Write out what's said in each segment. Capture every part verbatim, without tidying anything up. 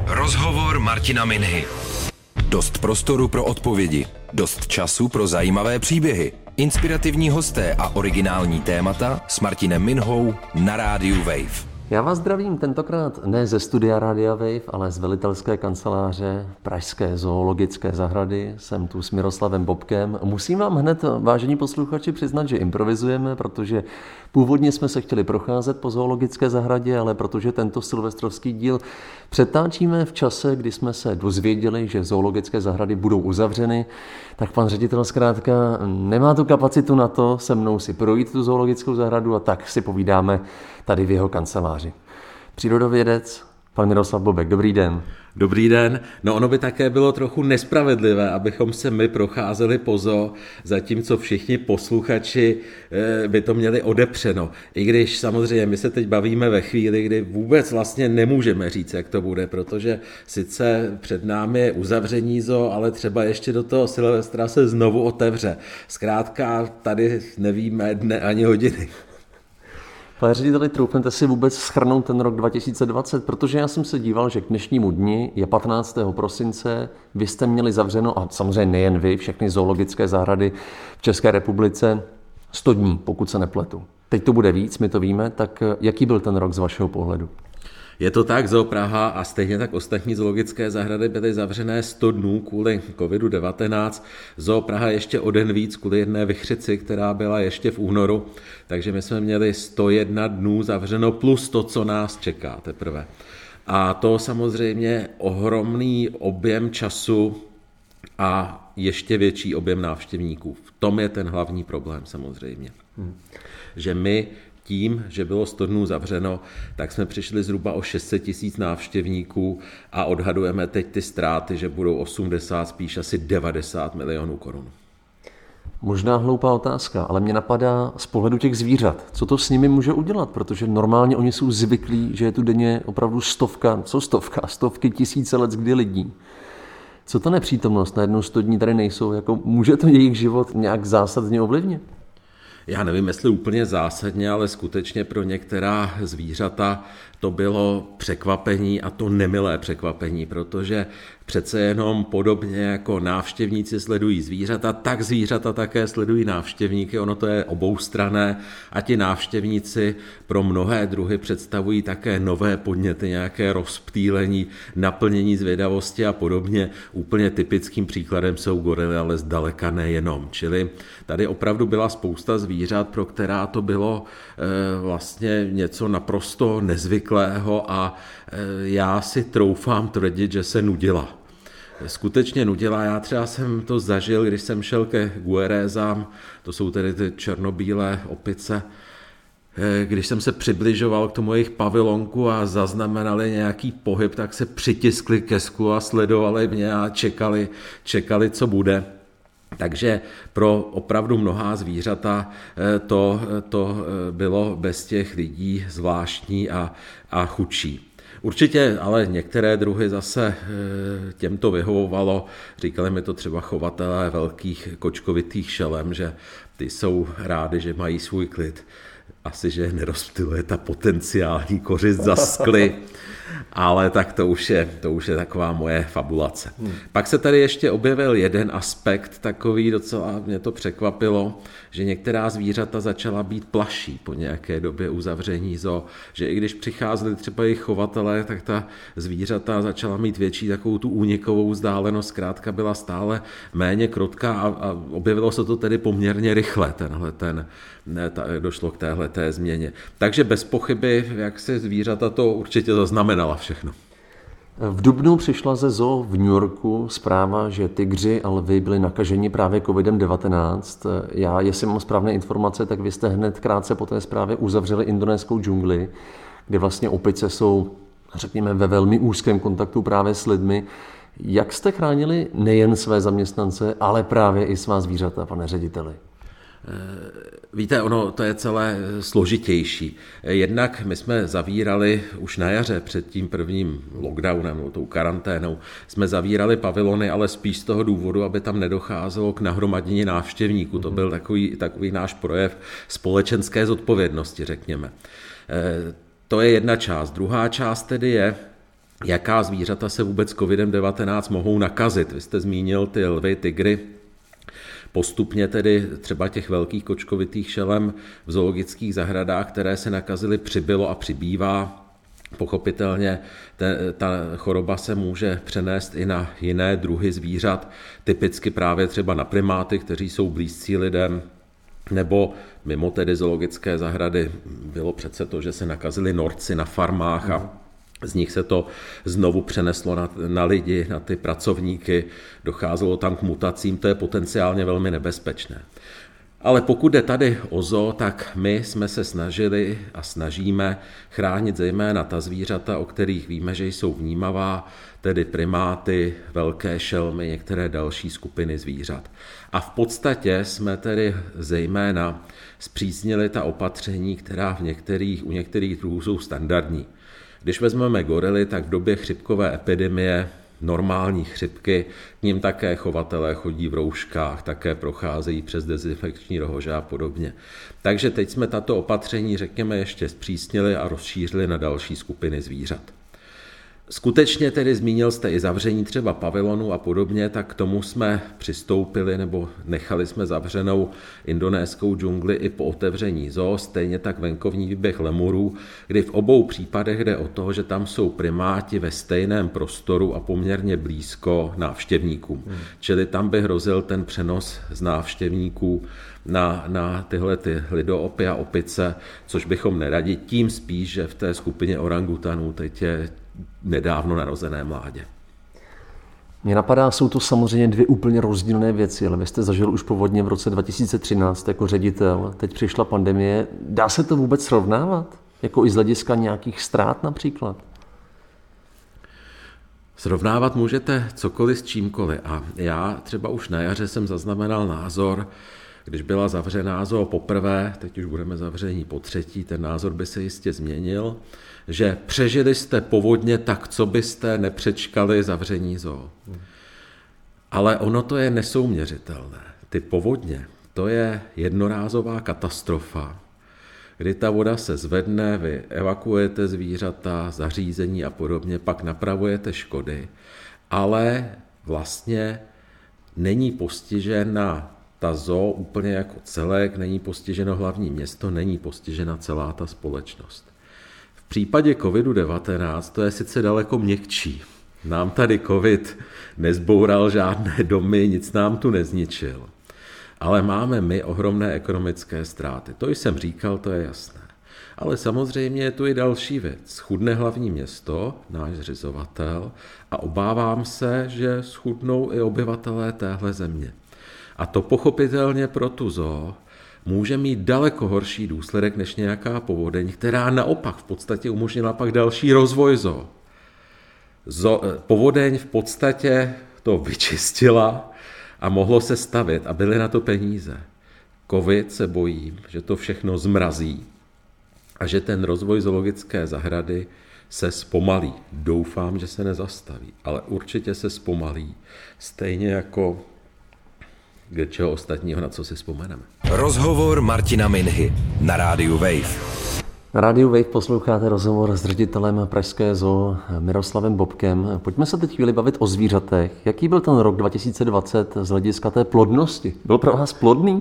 Rozhovor Martina Minhy. Dost prostoru pro odpovědi, dost času pro zajímavé příběhy, inspirativní hosté a originální témata s Martinem Minhou na rádiu Wave. Já vás zdravím tentokrát ne ze studia Rádia Wave, ale z velitelské kanceláře Pražské zoologické zahrady. Jsem tu s Miroslavem Bobkem. Musím vám hned, vážení posluchači, přiznat, že improvizujeme, protože původně jsme se chtěli procházet po zoologické zahradě, ale protože tento silvestrovský díl přetáčíme v čase, kdy jsme se dozvěděli, že zoologické zahrady budou uzavřeny, tak pan ředitel zkrátka nemá tu kapacitu na to se mnou si projít tu zoologickou zahradu a tak si povídáme tady v jeho kanceláři. Přírodovědec, pan Miroslav Bobek, dobrý den. Dobrý den. No ono by také bylo trochu nespravedlivé, abychom se my procházeli po zoo, zatímco všichni posluchači by to měli odepřeno. I když samozřejmě my se teď bavíme ve chvíli, kdy vůbec vlastně nemůžeme říct, jak to bude, protože sice před námi je uzavření zoo, ale třeba ještě do toho Silvestra se znovu otevře. Zkrátka tady nevíme dne ani hodiny. Pane řediteli, troufnete si vůbec shrnout ten rok dva tisíce dvacet, protože já jsem se díval, že k dnešnímu dni je patnáctého prosince, vy jste měli zavřeno, a samozřejmě nejen vy, všechny zoologické zahrady v České republice, sto dní, pokud se nepletu. Teď to bude víc, my to víme, tak jaký byl ten rok z vašeho pohledu? Je to tak, Zoo Praha a stejně tak ostatní zoologické zahrady byly zavřené sto dnů kvůli kovidu devatenáct. Zoo Praha ještě o den víc kvůli jedné vichřici, která byla ještě v únoru. Takže my jsme měli sto jedna dnů zavřeno plus to, co nás čeká teprve. A to samozřejmě ohromný objem času a ještě větší objem návštěvníků. V tom je ten hlavní problém samozřejmě. Hmm. Že my tím, že bylo sto dnů zavřeno, tak jsme přišli zhruba o šest set tisíc návštěvníků a odhadujeme teď ty ztráty, že budou osmdesát, spíš asi devadesát milionů korun. Možná hloupá otázka, ale mě napadá z pohledu těch zvířat. Co to s nimi může udělat? Protože normálně oni jsou zvyklí, že je tu denně opravdu stovka, co stovka, stovky tisíce let kdy lidí. Co to nepřítomnost? Najednou sto dní tady nejsou. Jako může to jejich život nějak zásadně ovlivnit? Já nevím, jestli úplně zásadně, ale skutečně pro některá zvířata to bylo překvapení a to nemilé překvapení, protože přece jenom podobně jako návštěvníci sledují zvířata, tak zvířata také sledují návštěvníky, ono to je oboustranné a ti návštěvníci pro mnohé druhy představují také nové podněty, nějaké rozptýlení, naplnění zvědavosti a podobně. Úplně typickým příkladem jsou gorily, ale zdaleka nejenom. Čili tady opravdu byla spousta zvířat, pro která to bylo e, vlastně něco naprosto nezvyklého a e, já si troufám tvrdit, že se nudila. Skutečně nudila. Já třeba jsem to zažil, když jsem šel ke guérézám, to jsou tedy ty černobílé opice, když jsem se přibližoval k tomu jejich pavilonku a zaznamenali nějaký pohyb, tak se přitiskli ke sklu a sledovali mě a čekali, čekali, co bude. Takže pro opravdu mnohá zvířata to, to bylo bez těch lidí zvláštní a, a chudší. Určitě, ale některé druhy zase těm to vyhovovalo. Říkali mi to třeba chovatelé velkých kočkovitých šelem, že ty jsou rádi, že mají svůj klid. Asi, že nerozptyluje ta potenciální kořist za skly, ale tak to už je, to už je taková moje fabulace. Hmm. Pak se tady ještě objevil jeden aspekt takový, docela mě to překvapilo, že některá zvířata začala být plaší po nějaké době uzavření zoo, že i když přicházeli třeba jejich chovatelé, tak ta zvířata začala mít větší takovou tu únikovou vzdálenost, zkrátka byla stále méně krotká a, a objevilo se to tedy poměrně rychle, tenhle ten, ne, ta, došlo k téhleté změně. Takže bez pochyby, jak se zvířata to určitě zaznamenala všechno. V dubnu přišla ze zoo v New Yorku zpráva, že tygři a lvi byli nakaženi právě kovidem devatenáct. Já, jestli mám správné informace, tak vy jste hned krátce po té zprávě uzavřeli indonéskou džungli, kde vlastně opice jsou, řekněme, ve velmi úzkém kontaktu právě s lidmi. Jak jste chránili nejen své zaměstnance, ale právě i svá zvířata, pane řediteli? Víte, ono to je celé složitější. Jednak my jsme zavírali už na jaře před tím prvním lockdownem, tou karanténou, jsme zavírali pavilony, ale spíš z toho důvodu, aby tam nedocházelo k nahromadění návštěvníků. To byl takový, takový náš projev společenské zodpovědnosti, řekněme. To je jedna část. Druhá část tedy je, jaká zvířata se vůbec kovidem devatenáct mohou nakazit. Vy jste zmínil ty lvy, tygry. Postupně tedy třeba těch velkých kočkovitých šelem v zoologických zahradách, které se nakazily, přibylo a přibývá. Pochopitelně ta choroba se může přenést i na jiné druhy zvířat, typicky právě třeba na primáty, kteří jsou blízcí lidem, nebo mimo tedy zoologické zahrady bylo přece to, že se nakazili norci na farmách a z nich se to znovu přeneslo na, na lidi, na ty pracovníky, docházelo tam k mutacím, to je potenciálně velmi nebezpečné. Ale pokud jde tady o zoo, tak my jsme se snažili a snažíme chránit zejména ta zvířata, o kterých víme, že jsou vnímavá, tedy primáty, velké šelmy, některé další skupiny zvířat. A v podstatě jsme tedy zejména zpřísnili ta opatření, která v některých, u některých druhů jsou standardní. Když vezmeme gorily, tak v době chřipkové epidemie, normální chřipky, k ním také chovatelé chodí v rouškách, také procházejí přes dezinfekční rohože a podobně. Takže teď jsme tato opatření, řekněme, ještě zpřísnili a rozšířili na další skupiny zvířat. Skutečně tedy zmínil jste i zavření třeba pavilonu a podobně, tak k tomu jsme přistoupili nebo nechali jsme zavřenou indonéskou džungli i po otevření zoo, stejně tak venkovní výběh lemurů, kdy v obou případech jde o to, že tam jsou primáti ve stejném prostoru a poměrně blízko návštěvníkům. Hmm. Čili tam by hrozil ten přenos z návštěvníků na, na tyhle ty lidoopy a opice, což bychom neradi, tím spíš, že v té skupině orangutanů teď je nedávno narozené mládě. Mně napadá, jsou to samozřejmě dvě úplně rozdílné věci, ale vy jste zažil už povodně v roce dva tisíce třináct jako ředitel, teď přišla pandemie. Dá se to vůbec srovnávat? Jako i z hlediska nějakých ztrát například? Srovnávat můžete cokoliv s čímkoliv a já třeba už na jaře jsem zaznamenal názor, když byla zavřená zoo poprvé, teď už budeme zavření po třetí, ten názor by se jistě změnil, že přežili jste povodně, tak co byste nepřečkali zavření zoo. Ale ono to je nesouměřitelné. Ty povodně, to je jednorázová katastrofa, kdy ta voda se zvedne, vy evakuujete zvířata, zařízení a podobně, pak napravujete škody, ale vlastně není postižena ta zoo úplně jako celek, není postiženo hlavní město, není postižena celá ta společnost. V případě kovidu devatenáct to je sice daleko měkčí. Nám tady covid nezboural žádné domy, nic nám tu nezničil. Ale máme my ohromné ekonomické ztráty. To jsem říkal, to je jasné. Ale samozřejmě je tu i další věc. Schudne hlavní město, náš zřizovatel, a obávám se, že schudnou i obyvatelé téhle země. A to pochopitelně pro tu zoo může mít daleko horší důsledek než nějaká povodeň, která naopak v podstatě umožnila pak další rozvoj zoo. zoo povodeň v podstatě to vyčistila a mohlo se stavět a byly na to peníze. Covid se bojím, že to všechno zmrazí a že ten rozvoj zoologické zahrady se zpomalí. Doufám, že se nezastaví, ale určitě se zpomalí. Stejně jako čeho ostatního, na co si vzpomeneme. Rozhovor Martina Minhy na rádiu Wave. Na rádiu Wave posloucháte rozhovor s ředitelem Pražské zoo Miroslavem Bobkem. Pojďme se teď chvíli bavit o zvířatech. Jaký byl ten rok dva tisíce dvacet z hlediska té plodnosti? Byl pro vás plodný?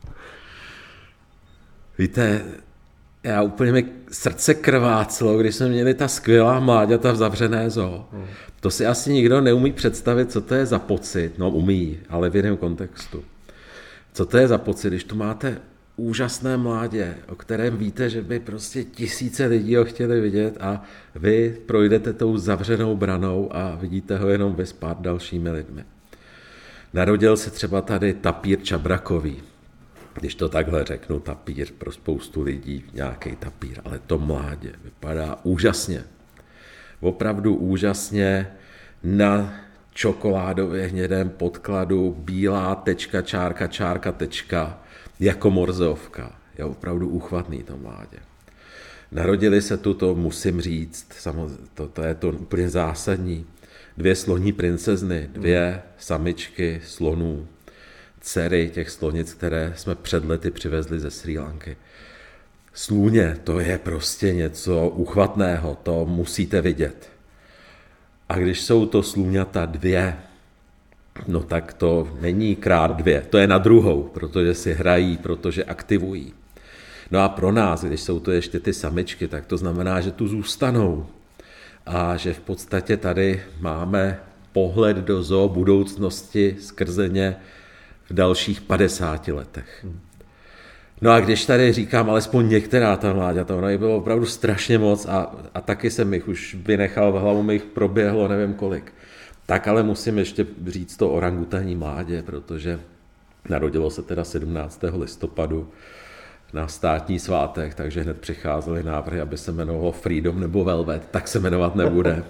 Víte, já úplně mi srdce krvácelo, když jsme měli ta skvělá mláďata v zavřené zoo. Hmm. To si asi nikdo neumí představit, co to je za pocit. No umí, ale v jiném kontextu. Co to je za pocit, když tu máte úžasné mládě, o kterém víte, že by prostě tisíce lidí ho chtěli vidět a vy projdete tou zavřenou branou a vidíte ho jenom vy s pár dalšími lidmi. Narodil se třeba tady tapír čabrakový. Když to takhle řeknu, tapír pro spoustu lidí, nějaký tapír, ale to mládě vypadá úžasně. Opravdu úžasně, na čokoládově hnědém podkladu, bílá tečka, čárka, čárka, tečka, jako morzeovka. Je opravdu úchvatný to mládě. Narodili se tu, to musím říct, samozřejmě, to, to je to úplně zásadní. Dvě sloní princezny, dvě samičky slonů, dcery těch slonic, které jsme před lety přivezli ze Srí Lanky. Slůně, to je prostě něco úchvatného, to musíte vidět. A když jsou to slůňata dvě, no tak to není krát dvě, to je na druhou, protože si hrají, protože aktivují. No a pro nás, když jsou to ještě ty samičky, tak to znamená, že tu zůstanou a že v podstatě tady máme pohled do zoo budoucnosti skrze ně v dalších padesáti letech. No a když tady říkám alespoň některá ta mláďata, ono jich bylo opravdu strašně moc a, a taky jsem jich už vynechal v hlavu, mi jich proběhlo nevím kolik. Tak ale musím ještě říct to orangutaní mládě, protože narodilo se teda sedmnáctého listopadu na státní svátek, takže hned přicházely návrhy, aby se jmenovalo Freedom nebo Velvet, tak se jmenovat nebude.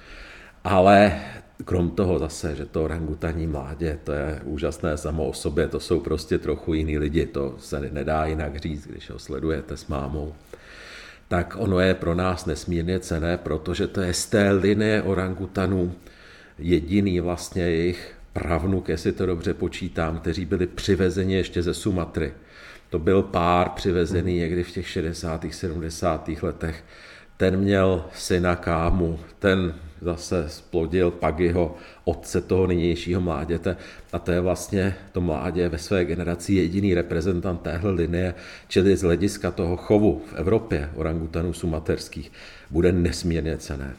Ale krom toho zase, že to orangutaní mládě, to je úžasné samo o sobě, to jsou prostě trochu jiný lidi, to se nedá jinak říct, když ho sledujete s mámou. Tak ono je pro nás nesmírně cenné, protože to je z té linie orangutanů jediný vlastně jejich pravnuk, jestli to dobře počítám, kteří byli přivezeni ještě ze Sumatry. To byl pár přivezený někdy v těch šedesátých, sedmdesátých letech. Ten měl syna Kámu, ten zase splodil Pagiho, otce toho nynějšího mláděte. A to je vlastně to mládě ve své generaci jediný reprezentant téhle linie, čili z hlediska toho chovu v Evropě orangutanů sumaterských bude nesmírně cenné.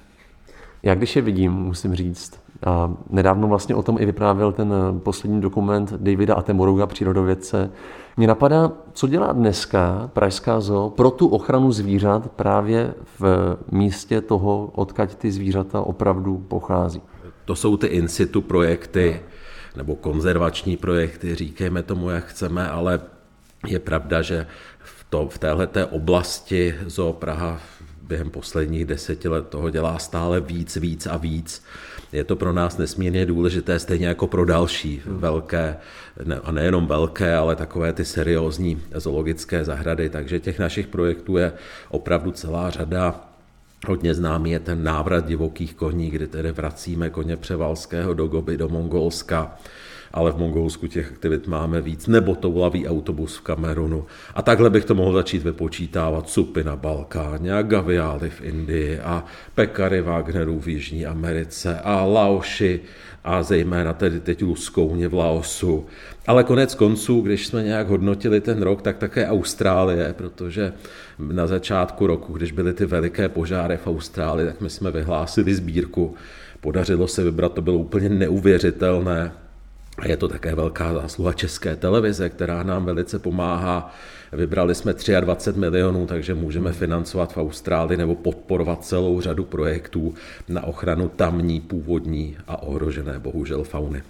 Já když je vidím, musím říct, a nedávno vlastně o tom i vyprávěl ten poslední dokument Davida Attenborouga, přírodovědce, mě napadá, co dělá dneska pražská zoo pro tu ochranu zvířat právě v místě toho, odkud ty zvířata opravdu pochází. To jsou ty in situ projekty, nebo konzervační projekty, říkejme tomu, jak chceme, ale je pravda, že v, to, v téhleté oblasti Zoo Praha během posledních deseti let toho dělá stále víc, víc a víc. Je to pro nás nesmírně důležité, stejně jako pro další velké, ne, a nejenom velké, ale takové ty seriózní zoologické zahrady. Takže těch našich projektů je opravdu celá řada. Hodně známý je ten návrat divokých koní, kdy tedy vracíme koně Převalského do Gobi, do Mongolska, ale v Mongolsku těch aktivit máme víc, nebo toulavý autobus v Kamerunu. A takhle bych to mohl začít vypočítávat, supy na Balkáně a gaviály v Indii a pekary Wagnerů v Jižní Americe a Laoši a zejména tedy teď luskouně v Laosu. Ale konec konců, když jsme nějak hodnotili ten rok, tak také Austrálie, protože na začátku roku, když byly ty veliké požáry v Austrálii, tak my jsme vyhlásili sbírku. Podařilo se vybrat, to bylo úplně neuvěřitelné. A je to také velká zásluha České televize, která nám velice pomáhá. Vybrali jsme dvacet tři milionů, takže můžeme financovat v Austrálii nebo podporovat celou řadu projektů na ochranu tamní, původní a ohrožené bohužel fauny.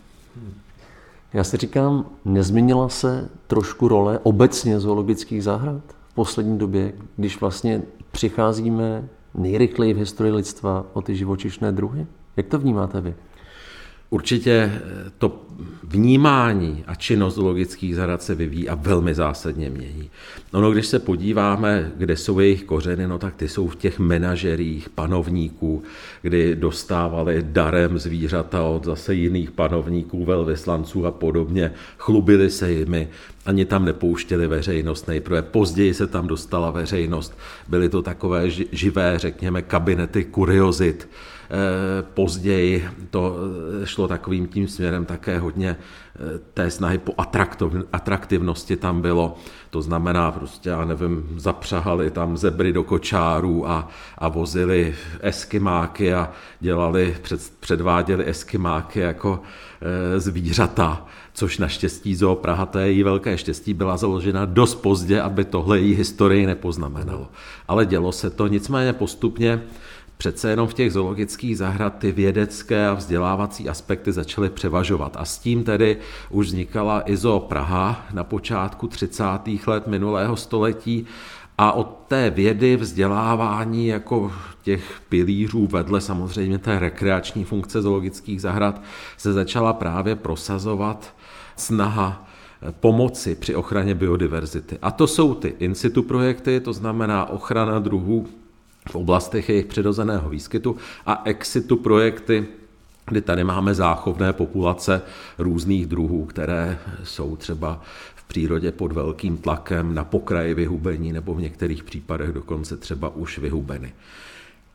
Já si říkám, nezměnila se trošku role obecně zoologických zahrad v poslední době, když vlastně přicházíme nejrychleji v historii lidstva o ty živočišné druhy? Jak to vnímáte vy? Určitě to vnímání a činnost zoologických zahrad se vyvíjí a velmi zásadně mění. No, když se podíváme, kde jsou jejich kořeny, no tak ty jsou v těch menažerích panovníků, kdy dostávali darem zvířata od zase jiných panovníků, velvyslanců a podobně, chlubili se jimi, ani tam nepouštěli veřejnost nejprve. Později se tam dostala veřejnost, byly to takové živé, řekněme, kabinety kuriozit. Později to šlo takovým tím směrem také hodně té snahy po atraktivnosti tam bylo. To znamená prostě, já nevím, zapřahali tam zebry do kočárů a, a vozili eskimáky a dělali, před, předváděli eskimáky jako e, zvířata, což naštěstí Zoo Praha, to je její velké štěstí, byla založena dost pozdě, aby tohle její historii nepoznamenalo. Ale dělo se to, nicméně postupně přece jenom v těch zoologických zahrad ty vědecké a vzdělávací aspekty začaly převažovat. A s tím tedy už vznikala i Zoo Praha na počátku třicátých let minulého století a od té vědy, vzdělávání jako těch pilířů vedle samozřejmě té rekreační funkce zoologických zahrad se začala právě prosazovat snaha pomoci při ochraně biodiverzity. A to jsou ty in situ projekty, to znamená ochrana druhů v oblastech jejich přirozeného výskytu a ex situ projekty, kdy tady máme záchovné populace různých druhů, které jsou třeba v přírodě pod velkým tlakem na pokraji vyhubení nebo v některých případech dokonce třeba už vyhubeny.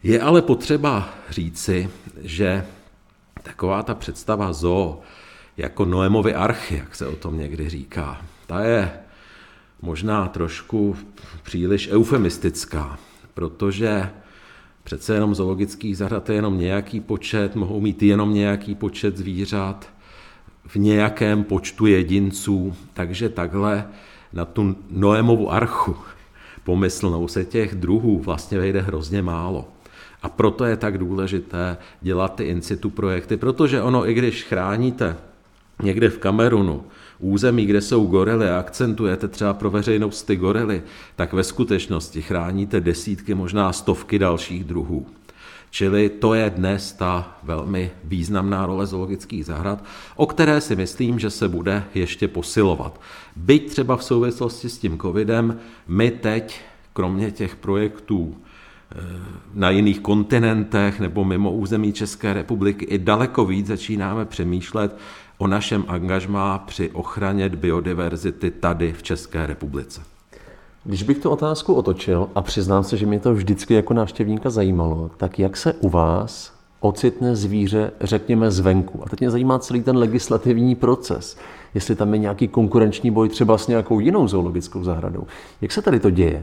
Je ale potřeba říci, že taková ta představa zoo jako Noémovy archy, jak se o tom někdy říká, ta je možná trošku příliš eufemistická, protože přece jenom zoologických zahrad je jenom nějaký počet, mohou mít jenom nějaký počet zvířat v nějakém počtu jedinců, takže takhle na tu Noémovu archu pomyslnou se těch druhů vlastně vejde hrozně málo. A proto je tak důležité dělat ty in situ projekty, protože ono, i když chráníte někde v Kamerunu území, kde jsou gorily a akcentujete třeba pro veřejnost ty gorily, tak ve skutečnosti chráníte desítky, možná stovky dalších druhů. Čili to je dnes ta velmi významná role zoologických zahrad, o které si myslím, že se bude ještě posilovat. Byť třeba v souvislosti s tím covidem, my teď, kromě těch projektů na jiných kontinentech nebo mimo území České republiky, i daleko víc začínáme přemýšlet o našem angažmá při ochraně biodiverzity tady v České republice. Když bych tu otázku otočil, a přiznám se, že mě to vždycky jako návštěvníka zajímalo, tak jak se u vás ocitne zvíře, řekněme, zvenku? A teď mě zajímá celý ten legislativní proces. Jestli tam je nějaký konkurenční boj třeba s nějakou jinou zoologickou zahradou. Jak se tady to děje?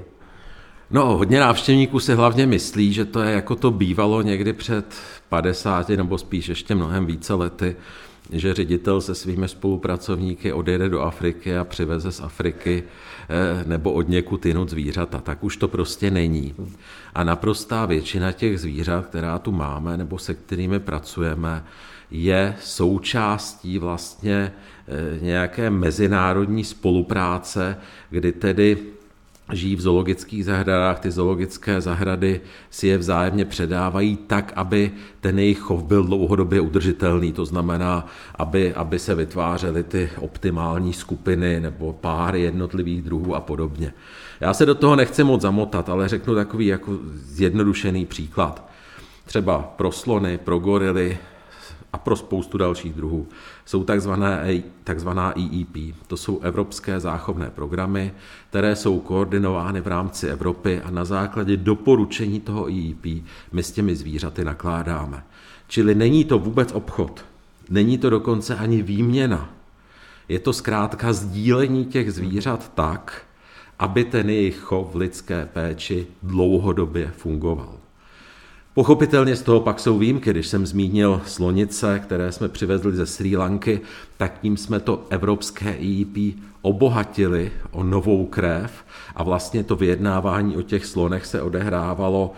No, hodně návštěvníků si hlavně myslí, že to je jako to bývalo někdy před padesáti nebo spíš ještě mnohem více lety, že ředitel se svými spolupracovníky odjede do Afriky a přiveze z Afriky nebo od někud jinut zvířata. Tak už to prostě není. A naprostá většina těch zvířat, která tu máme nebo se kterými pracujeme, je součástí vlastně nějaké mezinárodní spolupráce, kdy tedy žijí v zoologických zahradách, ty zoologické zahrady si je vzájemně předávají tak, aby ten jejich chov byl dlouhodobě udržitelný, to znamená, aby, aby se vytvářely ty optimální skupiny nebo páry jednotlivých druhů a podobně. Já se do toho nechci moc zamotat, ale řeknu takový jako zjednodušený příklad. Třeba pro slony, pro gorily a pro spoustu dalších druhů jsou takzvané, takzvaná E E P. To jsou evropské záchovné programy, které jsou koordinovány v rámci Evropy a na základě doporučení toho E E P my s těmi zvířaty nakládáme. Čili není to vůbec obchod, není to dokonce ani výměna. Je to zkrátka sdílení těch zvířat tak, aby ten jejich chov v lidské péči dlouhodobě fungoval. Pochopitelně z toho pak jsou výjimky, když jsem zmínil slonice, které jsme přivezli ze Srí Lanky, tak tím jsme to evropské E E P obohatili o novou krev a vlastně to vyjednávání o těch slonech se odehrávalo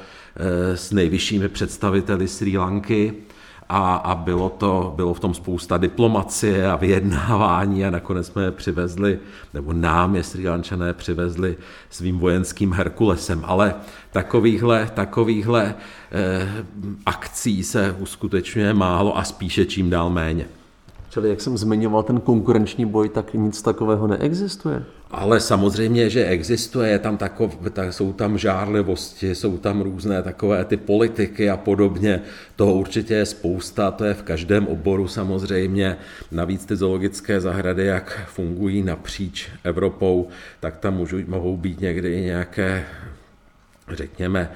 s nejvyššími představiteli Srí Lanky a, a bylo, to, bylo v tom spousta diplomacie a vyjednávání a nakonec jsme je přivezli, nebo nám je Srí Lančané přivezli svým vojenským Herkulesem, ale takovýchhle, takovýchhle eh, akcí se uskutečňuje málo a spíše čím dál méně. Čili jak jsem zmiňoval ten konkurenční boj, tak nic takového neexistuje? Ale samozřejmě, že existuje, je tam takov, tak jsou tam žárlivosti, jsou tam různé takové ty politiky a podobně. Toho určitě je spousta, to je v každém oboru samozřejmě. Navíc ty zoologické zahrady, jak fungují napříč Evropou, tak tam můžou, mohou být někdy i nějaké, řekněme,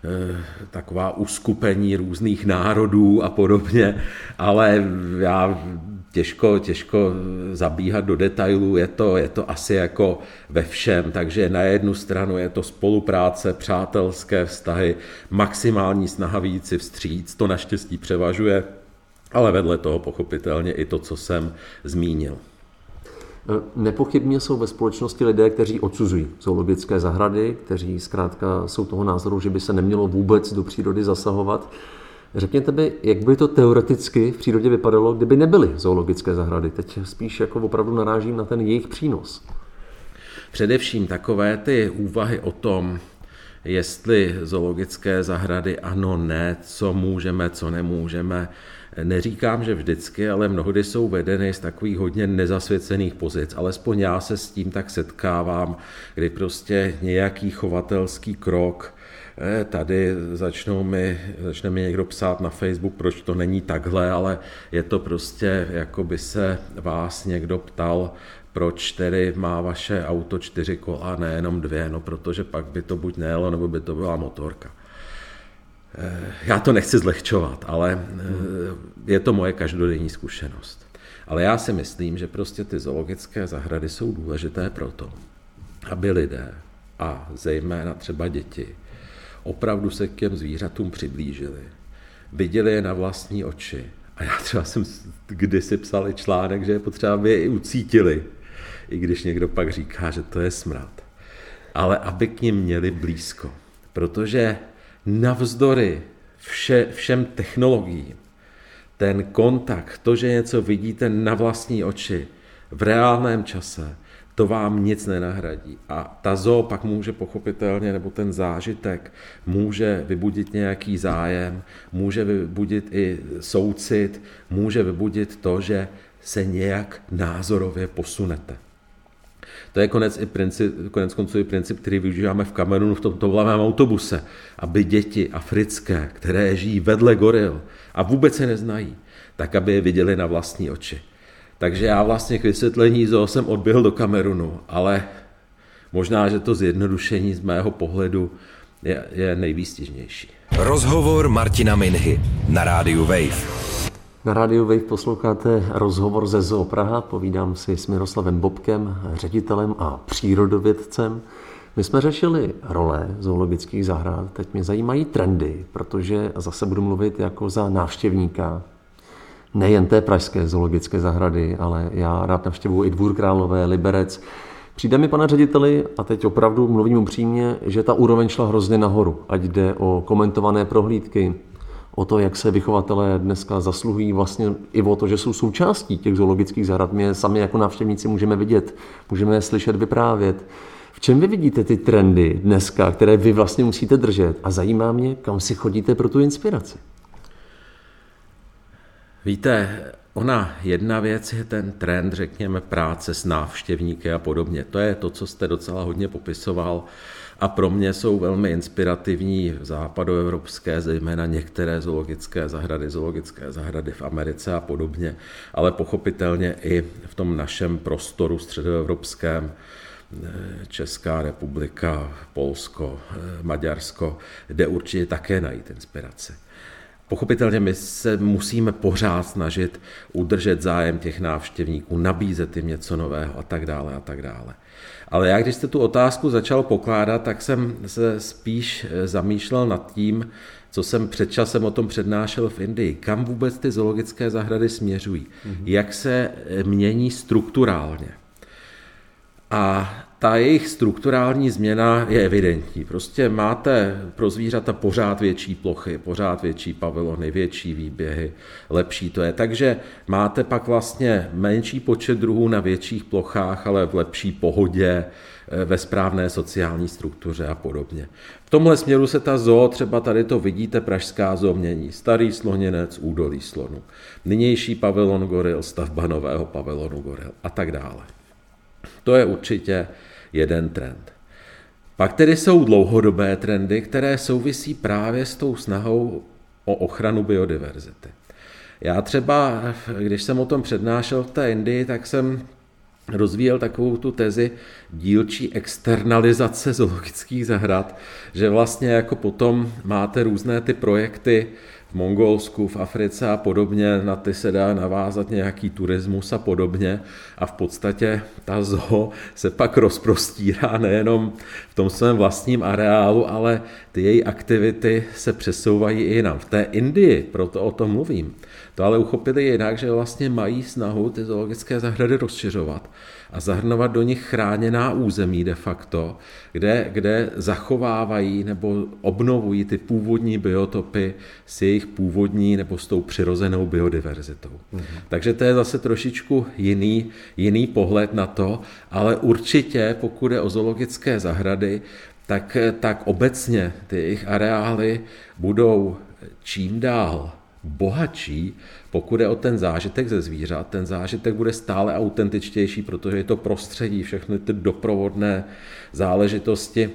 taková uskupení různých národů a podobně, ale já těžko, těžko zabíhat do detailů, je to, je to asi jako ve všem, takže na jednu stranu je to spolupráce, přátelské vztahy, maximální snaha vyjít si vstříc, to naštěstí převažuje, ale vedle toho pochopitelně i to, co jsem zmínil. Nepochybně jsou ve společnosti lidé, kteří odsuzují zoologické zahrady, kteří zkrátka jsou toho názoru, že by se nemělo vůbec do přírody zasahovat. Řekněte mi, jak by to teoreticky v přírodě vypadalo, kdyby nebyly zoologické zahrady? Teď spíš jako opravdu narážím na ten jejich přínos. Především takové ty úvahy o tom, jestli zoologické zahrady ano, ne, co můžeme, co nemůžeme. Neříkám, že vždycky, ale mnohdy jsou vedeny z takových hodně nezasvěcených pozic. Alespoň já se s tím tak setkávám, kdy prostě nějaký chovatelský krok, tady začnou mi, začne mi někdo psát na Facebook, proč to není takhle, ale je to prostě, jako by se vás někdo ptal, proč tedy má vaše auto čtyři kola, nejenom dvě, no protože pak by to buď nejelo, nebo by to byla motorka. Já to nechci zlehčovat, ale je to moje každodenní zkušenost. Ale já si myslím, že prostě ty zoologické zahrady jsou důležité proto, aby lidé, a zejména třeba děti, opravdu se k těm zvířatům přiblížili, viděli je na vlastní oči. A já třeba jsem kdysi psal i článek, že je potřeba, aby je i ucítili, i když někdo pak říká, že to je smrad. Ale aby k nim měli blízko, protože navzdory vše, všem technologiím, ten kontakt, to, že něco vidíte na vlastní oči v reálném čase, to vám nic nenahradí. A ta zoo pak může pochopitelně, nebo ten zážitek může vybudit nějaký zájem, může vybudit i soucit, může vybudit to, že se nějak názorově posunete. To je konec, i princip, konec konců i princip, který využíváme v Kamerunu v tomto vlámém autobuse, aby děti africké, které žijí vedle goril a vůbec se neznají, tak aby je viděli na vlastní oči. Takže já vlastně k vysvětlení zoo jsem odběhl do Kamerunu, ale možná, že to zjednodušení z mého pohledu je, je nejvýstižnější. Rozhovor Martina Minhy na rádiu Wave. Na rádiu Wave posloucháte rozhovor ze Zoo Praha. Povídám si s Miroslavem Bobkem, ředitelem a přírodovědcem. My jsme řešili role zoologických zahrad. Teď mě zajímají trendy, protože zase budu mluvit jako za návštěvníka nejen té pražské zoologické zahrady, ale já rád navštěvuji i Dvůr Králové, Liberec. Přijde mi, pane řediteli, a teď opravdu mluvím upřímně, že ta úroveň šla hrozně nahoru, ať jde o komentované prohlídky, o to, jak se vychovatelé dneska zasluhují, vlastně i o to, že jsou součástí těch zoologických zahrad. My je sami jako návštěvníci můžeme vidět, můžeme je slyšet, vyprávět. V čem vy vidíte ty trendy dneska, které vy vlastně musíte držet? A zajímá mě, kam si chodíte pro tu inspiraci? Víte, ona jedna věc je ten trend, řekněme, práce s návštěvníky a podobně. To je to, co jste docela hodně popisoval. A pro mě jsou velmi inspirativní západoevropské, zejména některé zoologické zahrady, zoologické zahrady v Americe a podobně, ale pochopitelně i v tom našem prostoru středoevropském, Česká republika, Polsko, Maďarsko, kde určitě také najít inspiraci. Pochopitelně my se musíme pořád snažit udržet zájem těch návštěvníků, nabízet jim něco nového a tak dále a tak dále. Ale já, když jste tu otázku začal pokládat, tak jsem se spíš zamýšlel nad tím, co jsem před časem o tom přednášel v Indii. Kam vůbec ty zoologické zahrady směřují? Mm-hmm. Jak se mění strukturálně? A ta jejich strukturální změna je evidentní. Prostě máte pro zvířata pořád větší plochy, pořád větší pavilony, větší výběhy, lepší to je. Takže máte pak vlastně menší počet druhů na větších plochách, ale v lepší pohodě, ve správné sociální struktuře a podobně. V tomhle směru se ta zoo, třeba tady to vidíte, pražská zoo mění. Starý sloněnec, údolí slonu. Nynější pavilon goril, stavba nového pavilonu goril a tak dále. To je určitě jeden trend. Pak tedy jsou dlouhodobé trendy, které souvisí právě s tou snahou o ochranu biodiverzity. Já třeba, když jsem o tom přednášel v té Indii, tak jsem rozvíjel takovou tu tezi dílčí externalizace zoologických zahrad, že vlastně jako potom máte různé ty projekty v Mongolsku, v Africe a podobně, na ty se dá navázat nějaký turismus a podobně a v podstatě ta zoo se pak rozprostírá nejenom v tom svém vlastním areálu, ale ty její aktivity se přesouvají i jinam. V té Indii, proto o tom mluvím, to ale uchopili jinak, že vlastně mají snahu ty zoologické zahrady rozšiřovat a zahrnovat do nich chráněná území de facto, kde, kde zachovávají nebo obnovují ty původní biotopy s jejich původní nebo s tou přirozenou biodiverzitou. Mhm. Takže to je zase trošičku jiný, jiný pohled na to, ale určitě, pokud je o zoologické zahrady, tak, tak obecně ty jejich areály budou čím dál bohatší, pokud je o ten zážitek ze zvířat. Ten zážitek bude stále autentičtější, protože je to prostředí, všechny ty doprovodné záležitosti,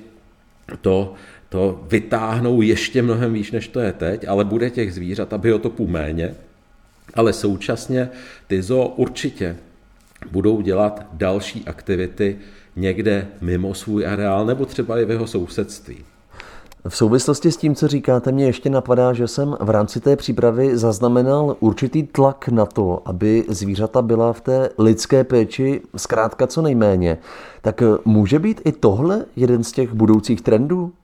to, to vytáhnou ještě mnohem výš, než to je teď, ale bude těch zvířat a biotopů méně, ale současně ty zoo určitě budou dělat další aktivity někde mimo svůj areál nebo třeba i v jeho sousedství. V souvislosti s tím, co říkáte, mě ještě napadá, že jsem v rámci té přípravy zaznamenal určitý tlak na to, aby zvířata byla v té lidské péči zkrátka co nejméně. Tak může být i tohle jeden z těch budoucích trendů?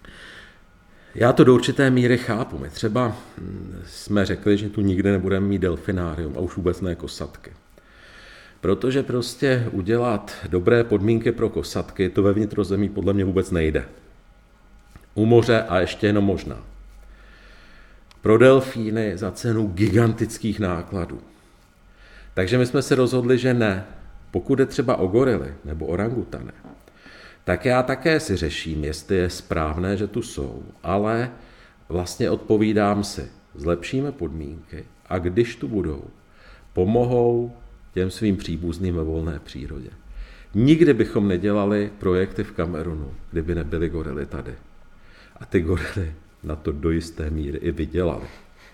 Já to do určité míry chápu. My třeba jsme řekli, že tu nikdy nebudeme mít delfinárium a už vůbec ne kosatky. Protože prostě udělat dobré podmínky pro kosatky, to ve vnitrozemí podle mě vůbec nejde. U moře a ještě jenom možná. Pro delfíny za cenu gigantických nákladů. Takže my jsme se rozhodli, že ne. Pokud je třeba o gorily nebo orangutany, tak já také si řeším, jestli je správné, že tu jsou, ale vlastně odpovídám si, zlepšíme podmínky a když tu budou, pomohou těm svým příbuzným ve volné přírodě. Nikdy bychom nedělali projekty v Kamerunu, kdyby nebyly gorily tady. A ty gorily na to do jisté míry i vydělaly.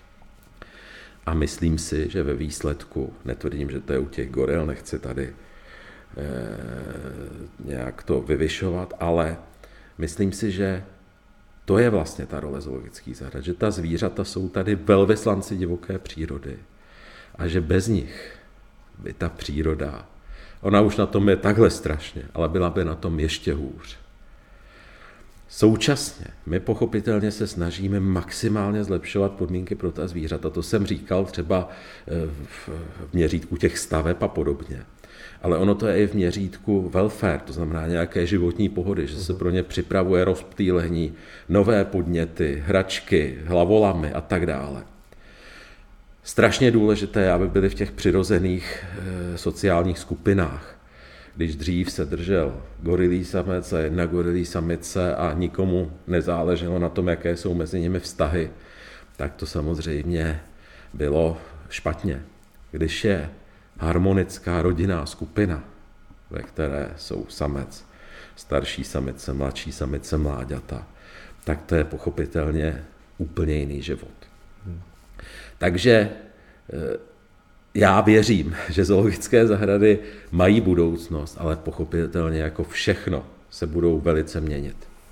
A myslím si, že ve výsledku, netvrdím, že to je u těch goril, nechci tady eh, nějak to vyvyšovat, ale myslím si, že to je vlastně ta role zoologických zahrad, že ta zvířata jsou tady velvyslanci divoké přírody a že bez nich by ta příroda, ona už na tom je takhle strašně, ale byla by na tom ještě hůř. Současně my pochopitelně se snažíme maximálně zlepšovat podmínky pro ta zvířata. To jsem říkal třeba v měřítku těch staveb a podobně. Ale ono to je i v měřítku welfare, to znamená nějaké životní pohody, že se pro ně připravuje rozptýlení, nové podněty, hračky, hlavolamy a tak dále. Strašně důležité, aby byly v těch přirozených e, sociálních skupinách. Když dřív se držel gorilí samec a jedna gorilí samice a nikomu nezáleželo na tom, jaké jsou mezi nimi vztahy, tak to samozřejmě bylo špatně. Když je harmonická rodinná skupina, ve které jsou samec, starší samice, mladší samice, mláďata, tak to je pochopitelně úplně jiný život. Hmm. Takže já věřím, že zoologické zahrady mají budoucnost, ale pochopitelně jako všechno se budou velice měnit.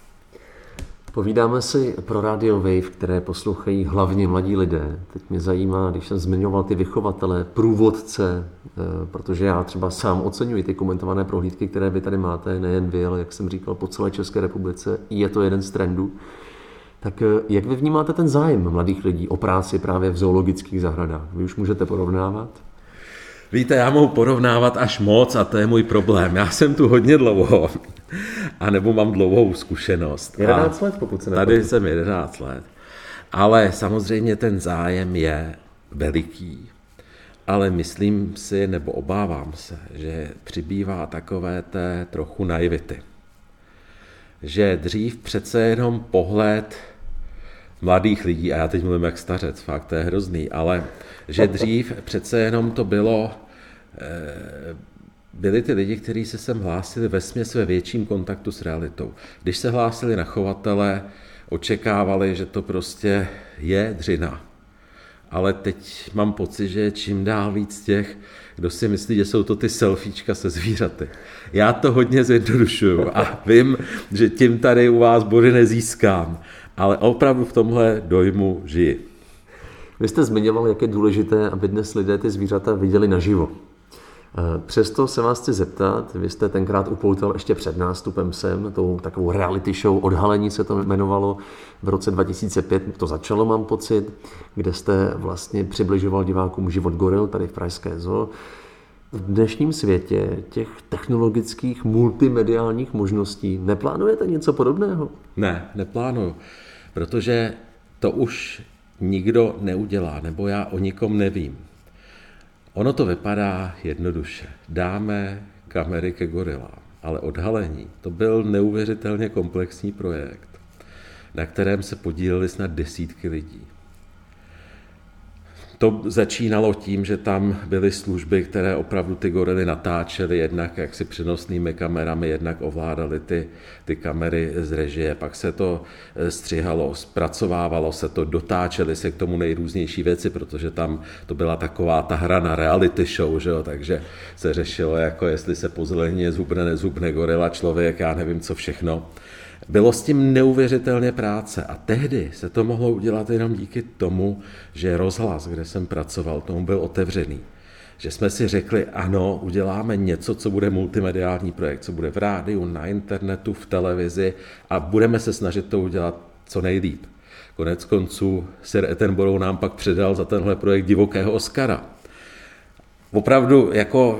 Povídáme si pro Radio Wave, které poslouchají hlavně mladí lidé. Teď mě zajímá, když jsem zmiňoval ty vychovatele, průvodce, protože já třeba sám oceňuji ty komentované prohlídky, které vy tady máte, nejen vy, ale jak jsem říkal, po celé České republice, je to jeden z trendů. Tak jak vy vnímáte ten zájem mladých lidí o práci právě v zoologických zahradách? Vy už můžete porovnávat? Víte, já mohu porovnávat až moc a to je můj problém. Já jsem tu hodně dlouho, anebo mám dlouhou zkušenost. jedenáct let, pokud se nepotřeba. Tady jsem jedenáct let. Ale samozřejmě ten zájem je veliký. Ale myslím si, nebo obávám se, že přibývá takové té trochu naivity. Že dřív přece jenom pohled mladých lidí, a já teď mluvím jak stařec, fakt to je hrozný, ale že dřív přece jenom to bylo, byli ty lidi, kteří se sem hlásili vesměs ve větším kontaktu s realitou. Když se hlásili na chovatele, očekávali, že to prostě je dřina. Ale teď mám pocit, že je čím dál víc těch, kdo si myslí, že jsou to ty selfiečka se zvířaty. Já to hodně zjednodušuju a vím, že tím tady u vás body nezískám, ale opravdu v tomhle dojmu žiji. Vy jste zmiňoval, jak je důležité, aby dnes lidé ty zvířata viděli naživo. Přesto se vás chci zeptat, vy jste tenkrát upoutal ještě před nástupem sem, tou takovou reality show, Odhalení se to jmenovalo, v roce dva tisíce pět to začalo, mám pocit, kde jste vlastně přibližoval divákům život goril tady v Pražské zoo. V dnešním světě těch technologických multimediálních možností neplánujete něco podobného? Ne, neplánuju, protože to už nikdo neudělá, nebo já o nikom nevím. Ono to vypadá jednoduše. Dáme kamery ke gorilám, ale Odhalení, to byl neuvěřitelně komplexní projekt, na kterém se podíleli snad desítky lidí. To začínalo tím, že tam byly služby, které opravdu ty gorily natáčely jednak jaksi přenosnými kamerami, jednak ovládaly ty, ty kamery z režie, pak se to střihalo, zpracovávalo se to, dotáčely se k tomu nejrůznější věci, protože tam to byla taková ta hra na reality show, že jo? Takže se řešilo, jako jestli se po zelenině zhubne, nezhubne gorila člověk, já nevím co všechno. Bylo s tím neuvěřitelně práce a tehdy se to mohlo udělat jenom díky tomu, že rozhlas, kde jsem pracoval, tomu byl otevřený. Že jsme si řekli, ano, uděláme něco, co bude multimediální projekt, co bude v rádiu, na internetu, v televizi a budeme se snažit to udělat co nejlíp. Konec konců Sir Attenborough nám pak předal za tenhle projekt Divokého Oscara. Opravdu, jako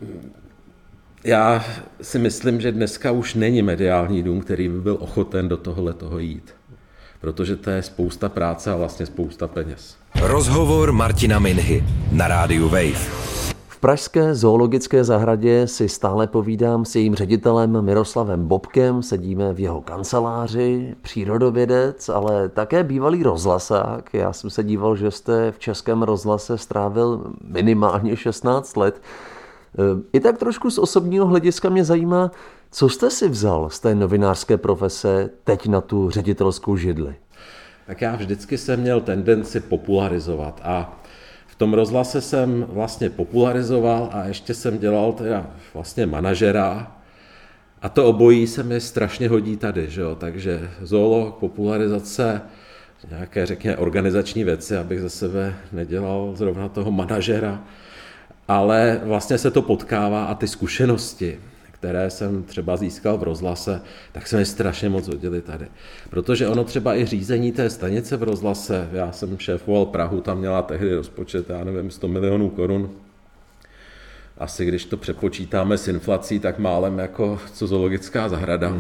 já si myslím, že dneska už není mediální dům, který by byl ochoten do tohohle toho jít. Protože to je spousta práce a vlastně spousta peněz. Rozhovor Martina Minhy na rádiu Wave. V pražské zoologické zahradě si stále povídám s jejím ředitelem Miroslavem Bobkem, sedíme v jeho kanceláři, přírodovědec, ale také bývalý rozhlasák. Já jsem se díval, že jste v Českém rozhlase strávil minimálně šestnáct let. I tak trošku z osobního hlediska mě zajímá, co jste si vzal z té novinářské profese teď na tu ředitelskou židli? Tak já vždycky jsem měl tendenci popularizovat a v tom rozhlase jsem vlastně popularizoval a ještě jsem dělal teda vlastně manažera a to obojí se mi strašně hodí tady, že jo? Takže zoolog, popularizace, nějaké řekněme organizační věci, abych ze sebe nedělal zrovna toho manažera, ale vlastně se to potkává a ty zkušenosti, které jsem třeba získal v rozhlase, tak se mi strašně moc hodily tady. Protože ono třeba i řízení té stanice v rozhlase, já jsem šéfoval Prahu, tam měla tehdy rozpočet, já nevím, sto milionů korun. Asi když to přepočítáme s inflací, tak málem jako co zoologická zahrada.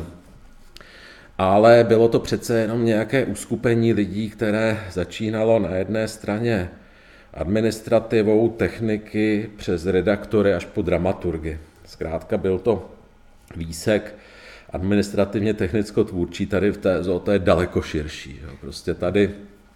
Ale bylo to přece jenom nějaké uskupení lidí, které začínalo na jedné straně administrativou, techniky, přes redaktory až po dramaturgy. Zkrátka byl to výsek administrativně technicko-tvůrčí, tady v té zoo to je daleko širší. Jo. Prostě tady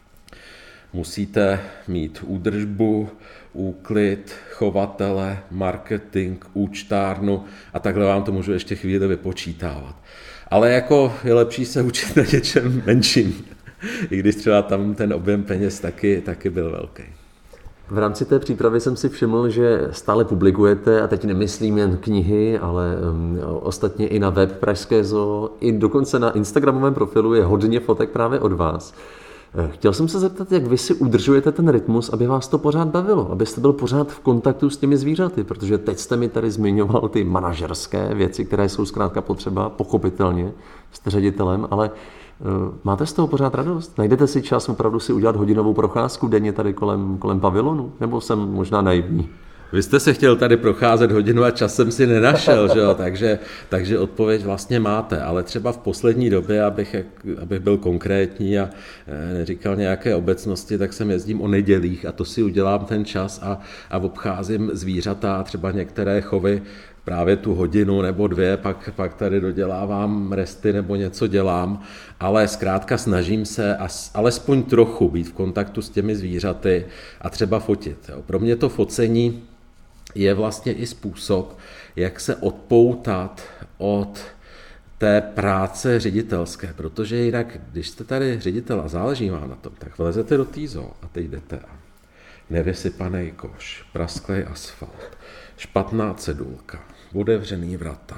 musíte mít údržbu, úklid, chovatele, marketing, účtárnu a takhle vám to můžu ještě chvíli vypočítávat. Ale jako je lepší se učit na něčem menším, i když třeba tam ten objem peněz taky, taky byl velký. V rámci té přípravy jsem si všiml, že stále publikujete, a teď nemyslím jen knihy, ale um, ostatně i na web Pražské zoo, i dokonce na instagramovém profilu je hodně fotek právě od vás. Chtěl jsem se zeptat, jak vy si udržujete ten rytmus, aby vás to pořád bavilo, abyste byl pořád v kontaktu s těmi zvířaty, protože teď jste mi tady zmiňoval ty manažerské věci, které jsou zkrátka potřeba, pochopitelně, jste ředitelem, ale máte z toho pořád radost? Najdete si čas opravdu si udělat hodinovou procházku denně tady kolem, kolem pavilonu? Nebo jsem možná naivní? Vy jste se chtěl tady procházet hodinu a čas jsem si nenašel, že jo? Takže, takže odpověď vlastně máte, ale třeba v poslední době, abych, abych byl konkrétní a neříkal nějaké obecnosti, tak jsem jezdím o nedělích a to si udělám ten čas a, a obcházím zvířata, třeba některé chovy, právě tu hodinu nebo dvě, pak, pak tady dodělávám resty nebo něco dělám, ale zkrátka snažím se as, alespoň trochu být v kontaktu s těmi zvířaty a třeba fotit. Jo. Pro mě to focení je vlastně i způsob, jak se odpoutat od té práce ředitelské, protože jinak, když jste tady ředitel a záleží vám na tom, tak vlezete do té zoo a teď jdete a nevysypaný koš, prasklej asfalt, špatná cedulka, otevřený vrata,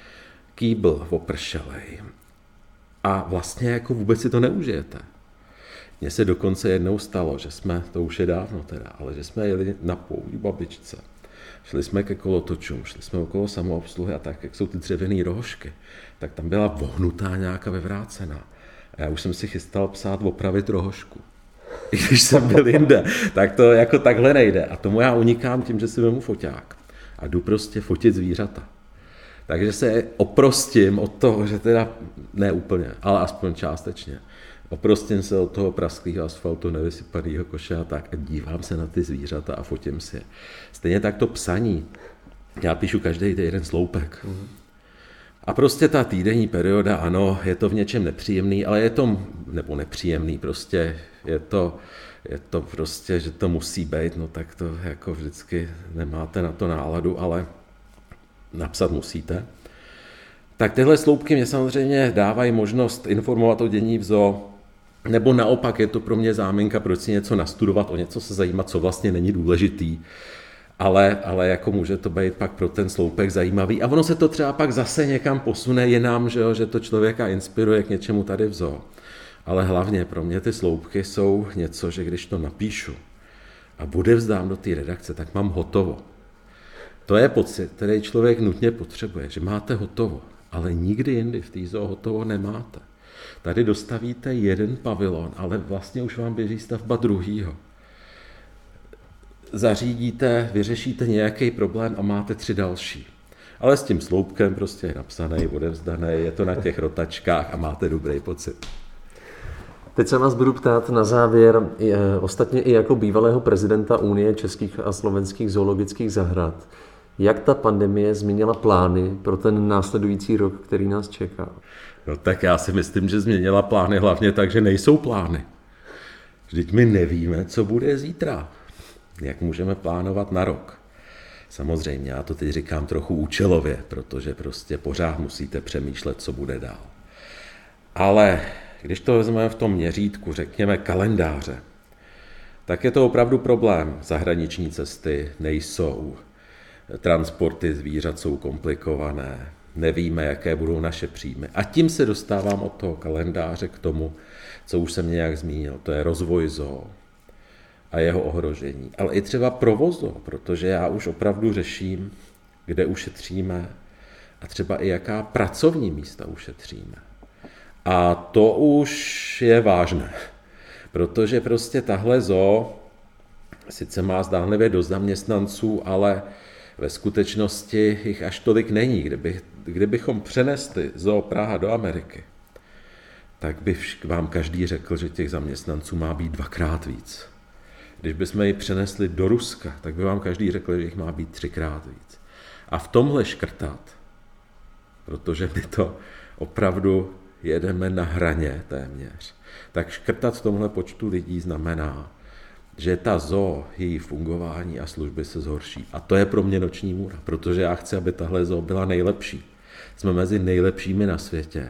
kýbl opršelej a vlastně jako vůbec si to neužijete. Mně se dokonce jednou stalo, že jsme, to už je dávno teda, ale že jsme jeli na pouť babičce. Šli jsme ke kolotočům, šli jsme okolo samoobsluhy a tak, jak jsou ty dřevěné rohožky, tak tam byla vohnutá nějaká vyvrácená. A já už jsem si chystal psát opravit rohožku. I když jsem byl jinde, tak to jako takhle nejde. A tomu já unikám tím, že si vemu foťák a jdu prostě fotit zvířata. Takže se oprostím od toho, že teda ne úplně, ale aspoň částečně. Oprostím se od toho prasklého asfaltu, nevysypaného koše a tak a dívám se na ty zvířata a fotím si je. Stejně tak to psaní. Já píšu každý týden sloupek. A prostě ta týdenní perioda, ano, je to v něčem nepříjemný, ale je to, nebo nepříjemný, prostě je to, je to prostě, že to musí být, no tak to jako vždycky nemáte na to náladu, ale napsat musíte. Tak tyhle sloupky mě samozřejmě dávají možnost informovat o dění v zoo, nebo naopak je to pro mě záminka, proč si něco nastudovat, o něco se zajímat, co vlastně není důležitý. ale, ale jako může to být pak pro ten sloupek zajímavý. A ono se to třeba pak zase někam posune jinam, že, jo, že to člověka inspiruje k něčemu tady v zoo. Ale hlavně pro mě ty sloupky jsou něco, že když to napíšu a bude vzdám do té redakce, tak mám hotovo. To je pocit, který člověk nutně potřebuje, že máte hotovo, ale nikdy jindy v té zoo hotovo nemáte. Tady dostavíte jeden pavilon, ale vlastně už vám běží stavba druhýho. Zařídíte, vyřešíte nějaký problém a máte tři další. Ale s tím sloupkem prostě je napsaný, odevzdaný, je to na těch rotačkách a máte dobrý pocit. Teď se vás budu ptát na závěr, ostatně i jako bývalého prezidenta Unie českých a slovenských zoologických zahrad. Jak ta pandemie změnila plány pro ten následující rok, který nás čeká? No tak já si myslím, že změnila plány hlavně tak, že nejsou plány. Vždyť my nevíme, co bude zítra. Jak můžeme plánovat na rok? Samozřejmě, já to teď říkám trochu účelově, protože prostě pořád musíte přemýšlet, co bude dál. Ale když to vezmeme v tom měřítku, řekněme kalendáře, tak je to opravdu problém. Zahraniční cesty nejsou, transporty zvířat jsou komplikované, nevíme, jaké budou naše příjmy. A tím se dostávám od toho kalendáře k tomu, co už jsem nějak zmínil, to je rozvoj zoo a jeho ohrožení. Ale i třeba provoz zoo, protože já už opravdu řeším, kde ušetříme a třeba i jaká pracovní místa ušetříme. A to už je vážné, protože prostě tahle zoo sice má zdánlivě dost zaměstnanců, ale ve skutečnosti jich až tolik není. Kdyby, kdybychom přenesli zoo Praha do Ameriky, tak by vám každý řekl, že těch zaměstnanců má být dvakrát víc. Když bychom ji přenesli do Ruska, tak by vám každý řekl, že jich má být třikrát víc. A v tomhle škrtat, protože my to opravdu jedeme na hraně téměř, tak škrtat v tomhle počtu lidí znamená, že ta zoo, její fungování a služby se zhorší. A to je pro mě noční můra, protože já chci, aby tahle zoo byla nejlepší. Jsme mezi nejlepšími na světě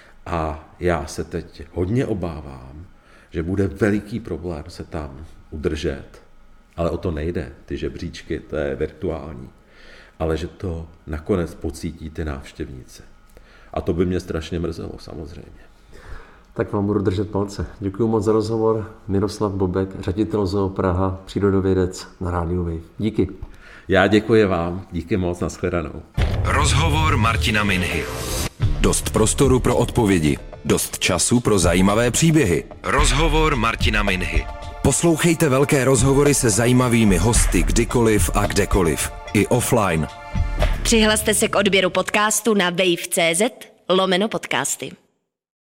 a já se teď hodně obávám, že bude veliký problém se tam udržet. Ale o to nejde, ty žebříčky, to je virtuální. Ale že to nakonec pocítí ty návštěvníci. A to by mě strašně mrzelo, samozřejmě. Tak vám budu držet palce. Děkuji moc za rozhovor. Miroslav Bobek, ředitel Zoo Praha, přírodovědec na rádiu Wave. Díky. Já děkuji vám. Díky moc, nashledanou. Rozhovor Martina Minhy. Dost prostoru pro odpovědi. Dost času pro zajímavé příběhy. Rozhovor Martina Minhy. Poslouchejte velké rozhovory se zajímavými hosty kdykoliv a kdekoliv. I offline. Přihlaste se k odběru podcastu na wave tečka cz lomeno podcasty.